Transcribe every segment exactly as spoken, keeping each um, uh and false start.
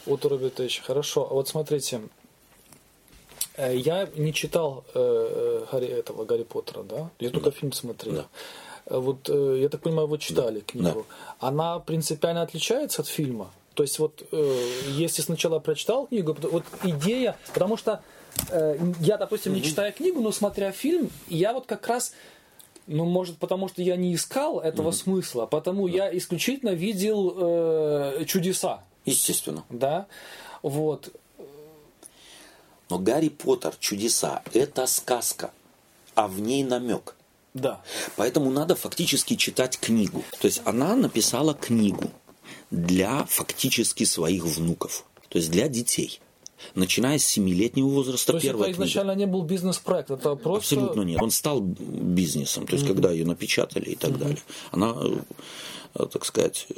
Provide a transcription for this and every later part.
От Роберта Эйча. Хорошо. А вот смотрите, я не читал э, Гарри, этого Гарри Поттера, да? Я только да. фильм смотрел. Да. Вот, э, я так понимаю, вы читали да. книгу. Да. Она принципиально отличается от фильма? То есть вот, э, если сначала прочитал книгу, вот идея, потому что э, я, допустим, не читая книгу, но смотря фильм, я вот как раз, ну, может, потому что я не искал этого mm-hmm. смысла, потому да. я исключительно видел э, чудеса. Естественно. Да, вот. Но Гарри Поттер, чудеса, это сказка, а в ней намек. Да. Поэтому надо фактически читать книгу. То есть она написала книгу для фактически своих внуков, то есть для детей. Начиная с семилетнего возраста. То есть это изначально книга. Не был бизнес-проект, это просто... Абсолютно нет. Он стал бизнесом, то есть mm-hmm. когда ее напечатали и так mm-hmm. далее. Она, так сказать...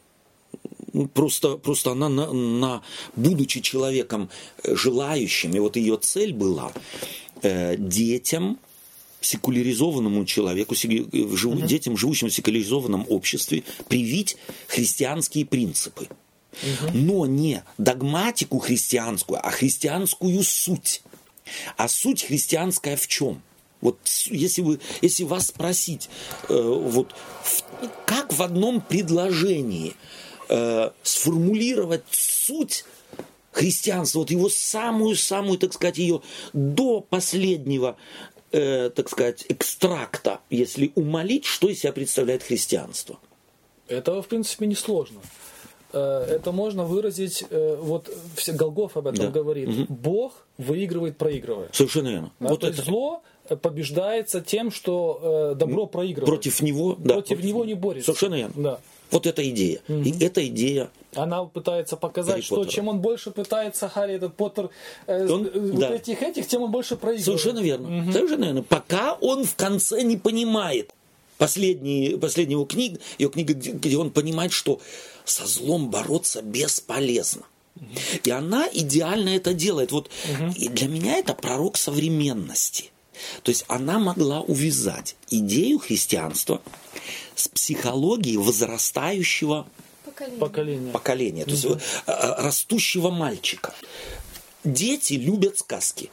Просто, просто она, на, на, будучи человеком желающим, и вот ее цель была э, детям, секуляризованному человеку, жив, uh-huh. детям, живущим в секуляризованном обществе, привить христианские принципы. Uh-huh. Но не догматику христианскую, а христианскую суть. А суть христианская в чем? Вот если, вы, если вас спросить, э, вот, в, как в одном предложении э, сформулировать суть христианства, вот его самую-самую, так сказать, ее до последнего, э, так сказать, экстракта, если умолить, что из себя представляет христианство? Это, в принципе, несложно. Это можно выразить, вот Голгоф об этом да. говорит, угу. Бог выигрывает, проигрывает. Совершенно верно. Да, вот это. Зло побеждается тем, что добро проигрывает. Против него, да. Против него не борется. Совершенно верно. Да. Вот эта идея. Угу. И эта идея... Она пытается показать, Гарри что Поттера. Чем он больше пытается, Харри, этот Поттер, э, он, вот да. этих, этих, тем он больше проигрывает. Совершенно верно. Угу. Совершенно верно. Пока он в конце не понимает. Последний, последняя его книга, ее книга, где он понимает, что со злом бороться бесполезно. Угу. И она идеально это делает. Вот, угу. И для меня это пророк современности. То есть она могла увязать идею христианства с психологией возрастающего поколения. поколения. поколения то угу. есть растущего мальчика. Дети любят сказки.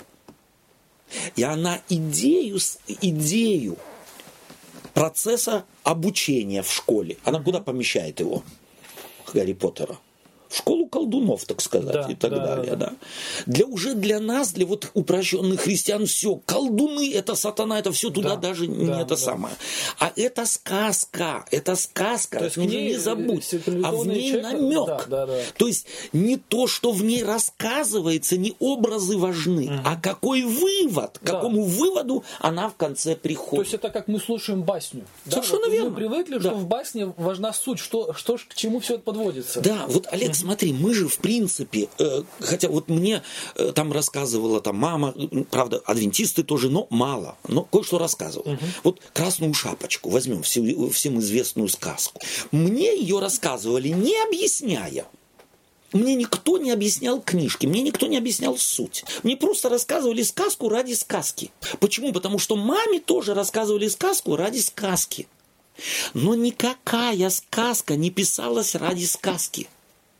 И она идею, идею процесса обучения в школе, она куда помещает его, Гарри Поттера? В школу колдунов, так сказать, да, и так да, далее. Да. Да. Для, уже для нас, для вот упрощенных христиан, все, колдуны, это сатана, это все туда да, даже да, не это да. самое. А это сказка, это сказка, то есть уже не забудь, а в ней человек... намек. Да, да, да. То есть не то, что в ней рассказывается, не образы важны, угу. а какой вывод, к да. какому выводу она в конце приходит. То есть это как мы слушаем басню. Совершенно да? вот верно. Мы привыкли, да. что в басне важна суть, что, что, к чему все это подводится. Да, вот, Олег, смотри, мы же в принципе, э, хотя вот мне э, там рассказывала там мама, правда, адвентисты тоже, но мало, но кое-что рассказывала. Угу. Вот «Красную шапочку» возьмем, всю, всем известную сказку. Мне ее рассказывали, не объясняя. Мне никто не объяснял книжки, мне никто не объяснял суть. Мне просто рассказывали сказку ради сказки. Почему? Потому что маме тоже рассказывали сказку ради сказки. Но никакая сказка не писалась ради сказки.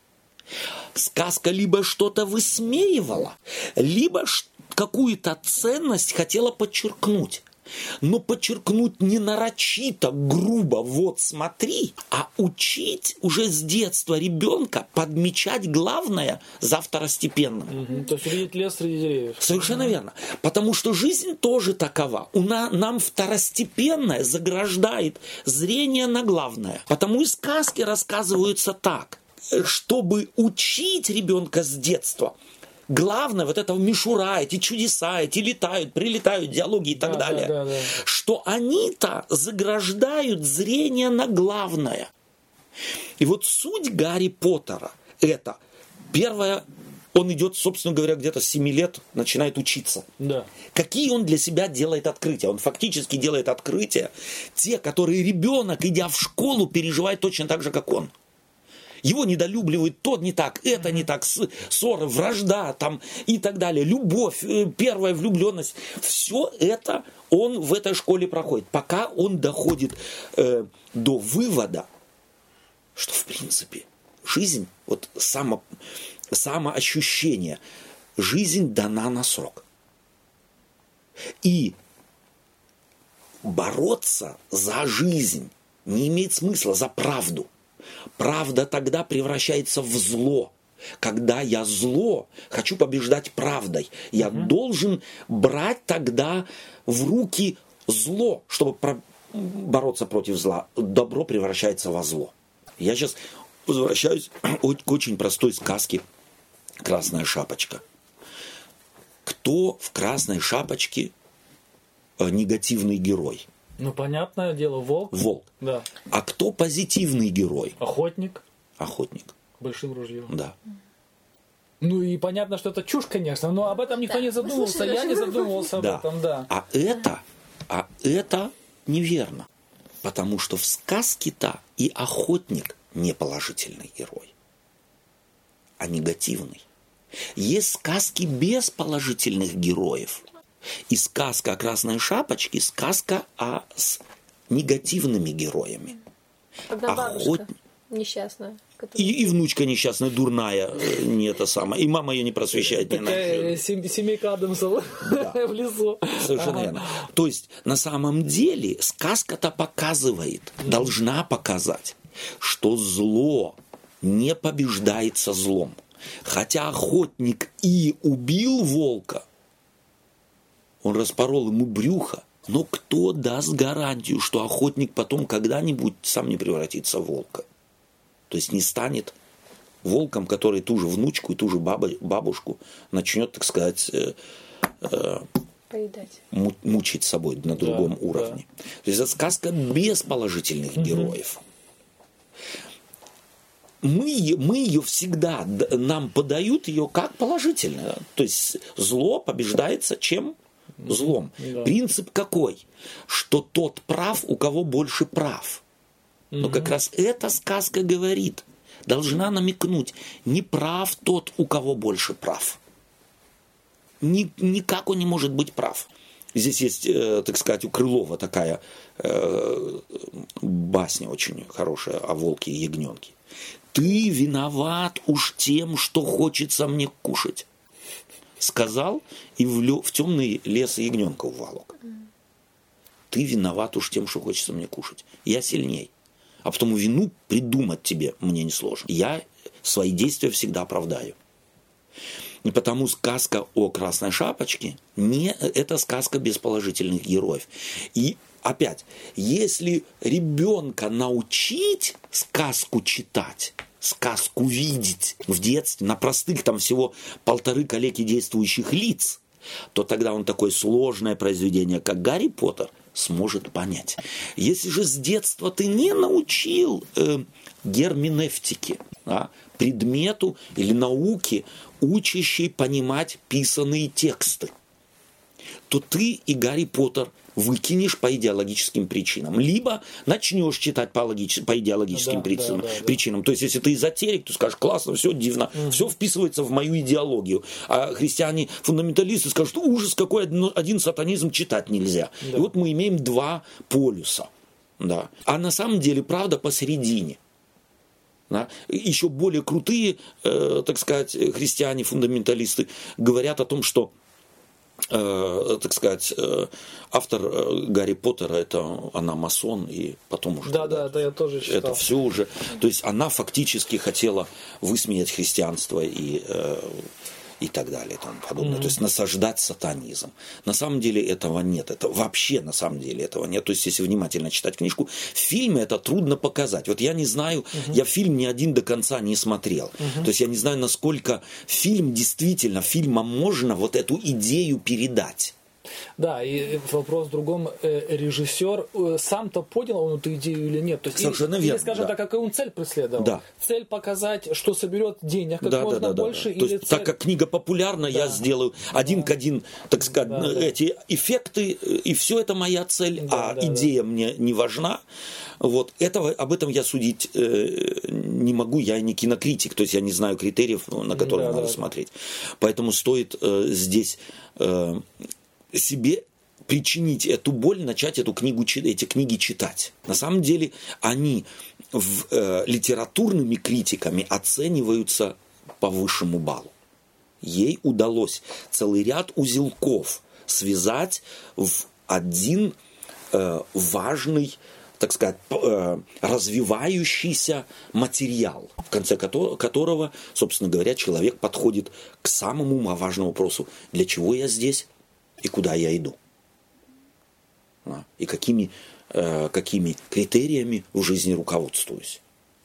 Сказка либо что-то высмеивала, либо какую-то ценность хотела подчеркнуть. Но подчеркнуть не нарочито, грубо, вот смотри, а учить уже с детства ребенка подмечать главное за второстепенным. Угу. То есть увидеть лес среди деревьев. Совершенно угу. верно. Потому что жизнь тоже такова. У на, нам второстепенное заграждает зрение на главное. Потому и сказки рассказываются так. Чтобы учить ребенка с детства, главное вот этого мишура, эти чудеса, эти летают, прилетают, диалоги и так да, далее, да, да, да. что они-то заграждают зрение на главное. И вот суть Гарри Поттера это, первое, он идет, собственно говоря, где-то с семи лет, начинает учиться. Да. Какие он для себя делает открытия? Он фактически делает открытия, те, которые ребенок, идя в школу, переживает точно так же, как он. Его недолюбливает тот не так, это не так, ссоры, вражда там, и так далее, любовь, первая влюбленность. Все это он в этой школе проходит, пока он доходит э, до вывода, что в принципе жизнь, вот само, самоощущение. Жизнь дана на срок. И бороться за жизнь не имеет смысла, за правду. Правда тогда превращается в зло. Когда я зло хочу побеждать правдой, я угу. должен брать тогда в руки зло, чтобы про- бороться против зла. Добро превращается во зло. Я сейчас возвращаюсь к очень простой сказке «Красная шапочка». Кто в «Красной шапочке» негативный герой? Ну, понятное дело, волк. Волк. Да. А кто позитивный герой? Охотник. Охотник. Большим ружьем. Да. Ну и понятно, что это чушь, конечно, но об этом никто да. не задумывался, я не задумывался об да. этом, да. А это, а это неверно, потому что в сказке-то и охотник не положительный герой, а негативный. Есть сказки без положительных героев. И сказка о Красной Шапочке, сказка о с негативными героями. Одна бабушка Охот... несчастная. И, и внучка несчастная, дурная, не это самое. И мама ее не просвещает. Такая не семейка Адамсов да. в лесу. Совершенно верно. То есть, на самом деле, сказка-то показывает, должна показать, что зло не побеждается злом. Хотя охотник и убил волка, он распорол ему брюхо, но кто даст гарантию, что охотник потом когда-нибудь сам не превратится в волка? То есть не станет волком, который ту же внучку и ту же бабу, бабушку начнет, так сказать, э, э, му, мучить собой на другом да, уровне. Да. То есть это сказка без положительных угу. героев. Мы, мы ее всегда, нам подают ее как положительную. То есть зло побеждается чем? Злом. Да. Принцип какой? Что тот прав, у кого больше прав. Но как раз эта сказка говорит, должна намекнуть, не прав тот, у кого больше прав. Ни, никак он не может быть прав. Здесь есть, э, так сказать, у Крылова такая э, басня очень хорошая о волке и ягненке. Ты виноват уж тем, что хочется мне кушать. Сказал и в, лё, в темный лес ягненка уволок. Ты виноват уж тем, что хочется мне кушать. Я сильней. А потом вину придумать тебе мне несложно. Я свои действия всегда оправдаю. И потому сказка о Красной Шапочке не это сказка без положительных героев. И опять, если ребенка научить сказку читать, сказку видеть в детстве, на простых там всего полторы калеки действующих лиц, то тогда он такое сложное произведение, как Гарри Поттер, сможет понять. Если же с детства ты не научил э, герменевтике, да, предмету или науке, учащей понимать писанные тексты, то ты и Гарри Поттер выкинешь по идеологическим причинам. Либо начнешь читать по, логич... по идеологическим да, причинам. Да, да, причинам. Да. То есть, если ты эзотерик, то скажешь, классно, все дивно, угу. все вписывается в мою идеологию. А христиане-фундаменталисты скажут, что ужас, какой один, один сатанизм читать нельзя. Да. И вот мы имеем два полюса. Да. А на самом деле правда посередине. Да? Еще более крутые, э, так сказать, христиане-фундаменталисты говорят о том, что Э, так сказать, э, автор э, Гарри Поттера, это она масон, и потом уже... Да, да, это я тоже читал. Это все уже... То есть она фактически хотела высмеять христианство и, э, и так далее, и тому подобное. Mm-hmm. То есть насаждать сатанизм. На самом деле этого нет. Это вообще на самом деле этого нет. То есть если внимательно читать книжку, в фильме это трудно показать. Вот я не знаю, mm-hmm. я фильм ни один до конца не смотрел. Mm-hmm. То есть я не знаю, насколько фильм действительно, фильмом можно вот эту идею передать. Да, и вопрос в другом. Режиссер сам-то понял он эту идею или нет? То есть, совершенно или, верно. Или, скажем да. так, какую он цель преследовал? Да. Цель показать, что соберет денег как да, можно да, да, больше? Да, или То есть, цель... так как книга популярна, да. я сделаю один да. к один, так сказать, да, эти да. эффекты, и все это моя цель, да, а да, идея да. мне не важна. Вот. Этого, об этом я судить э, не могу, я не кинокритик, то есть я не знаю критериев, на которые да, надо да, смотреть. Да. Поэтому стоит э, здесь э, себе причинить эту боль, начать эту книгу, эти книги читать. На самом деле они в, э, литературными критиками оцениваются по высшему баллу. Ей удалось целый ряд узелков связать в один э, важный, так сказать, э, развивающийся материал, в конце которого, собственно говоря, человек подходит к самому важному вопросу: для чего я здесь и куда я иду. А, и какими, э, какими критериями в жизни руководствуюсь.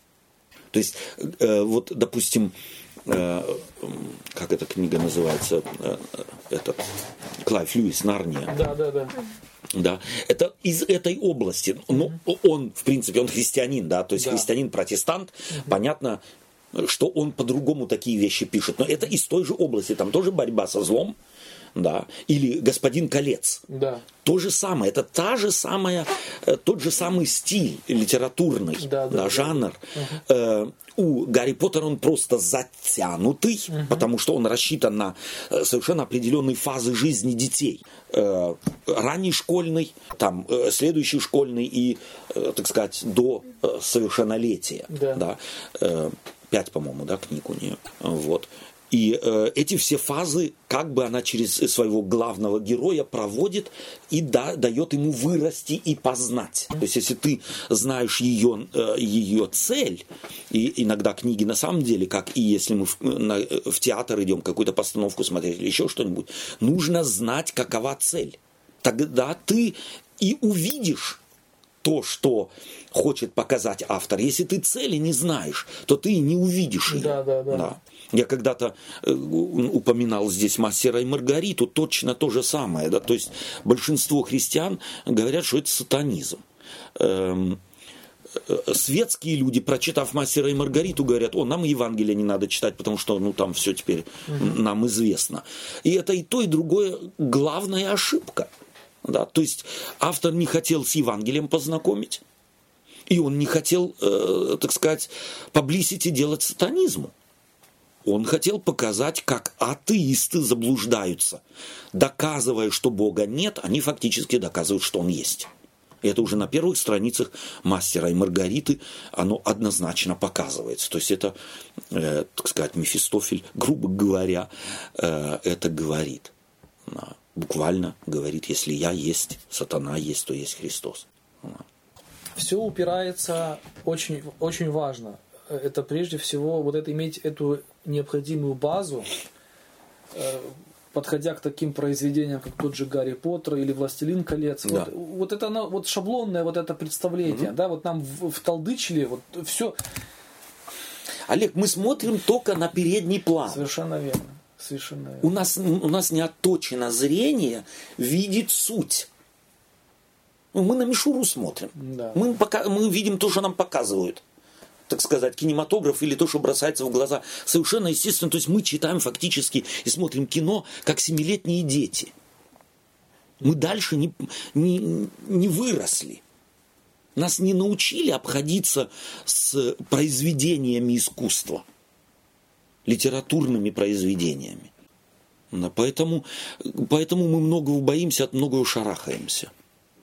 То есть, э, вот, допустим, э, как эта книга называется, э, этот, Клайв Льюис, «Нарния». Да, да, да. Да, это из этой области. Но он, в принципе, он христианин, да, то есть да. христианин-протестант, угу. понятно, что он по-другому такие вещи пишет. Но это из той же области, там тоже борьба со злом, да, или «Господин Колец». Да. То же самое, это та же самая, тот же самый стиль литературный, да, да, да, жанр. Угу. Э, у Гарри Поттера он просто затянутый, угу. потому что он рассчитан на совершенно определенные фазы жизни детей. Э, ранний школьный, там, э, следующий школьный и, э, так сказать, до э, совершеннолетия. Да. Да. Э, пять, по-моему, да, книг у нее. Вот. И э, эти все фазы, как бы она через своего главного героя проводит и да, дает ему вырасти и познать. То есть, если ты знаешь ее, э, ее цель, и иногда книги на самом деле, как и если мы в, на, в театр идем, какую-то постановку смотреть или еще что-нибудь, нужно знать, какова цель. Тогда ты и увидишь то, что хочет показать автор. Если ты цели не знаешь, то ты не увидишь ее. Да, да, да. Да. Я когда-то э, упоминал здесь «Мастера и Маргариту», точно то же самое. Да? То есть большинство христиан говорят, что это сатанизм. Эм, э, светские люди, прочитав «Мастера и Маргариту», говорят: о, нам Евангелие не надо читать, потому что ну, там все теперь угу. нам известно. И это и то, и другое главная ошибка. Да? То есть автор не хотел с Евангелием познакомить, и он не хотел, э, так сказать, publicity делать сатанизму. Он хотел показать, как атеисты заблуждаются. Доказывая, что Бога нет, они фактически доказывают, что Он есть. И это уже на первых страницах «Мастера и Маргариты» оно однозначно показывается. То есть это, э, так сказать, Мефистофель, грубо говоря, э, это говорит. Буквально говорит: если я есть, сатана есть, то есть Христос. Все упирается очень, очень важно. Это прежде всего вот это иметь эту необходимую базу, подходя к таким произведениям, как тот же «Гарри Поттер» или «Властелин колец». Да. Вот, вот это вот шаблонное вот это представление, угу. да, вот нам вталдычили вот все. Олег, мы смотрим только на передний план. Совершенно верно. Совершенно верно. У нас, у нас не отточено зрение видеть суть. Мы на мишуру смотрим. Да. Мы, пока, мы видим то, что нам показывают. Так сказать, кинематограф или то, что бросается в глаза. Совершенно естественно. То есть мы читаем фактически и смотрим кино, как семилетние дети. Мы дальше не, не, не выросли. Нас не научили обходиться с произведениями искусства. Литературными произведениями. Поэтому, поэтому мы многого боимся, от многого шарахаемся.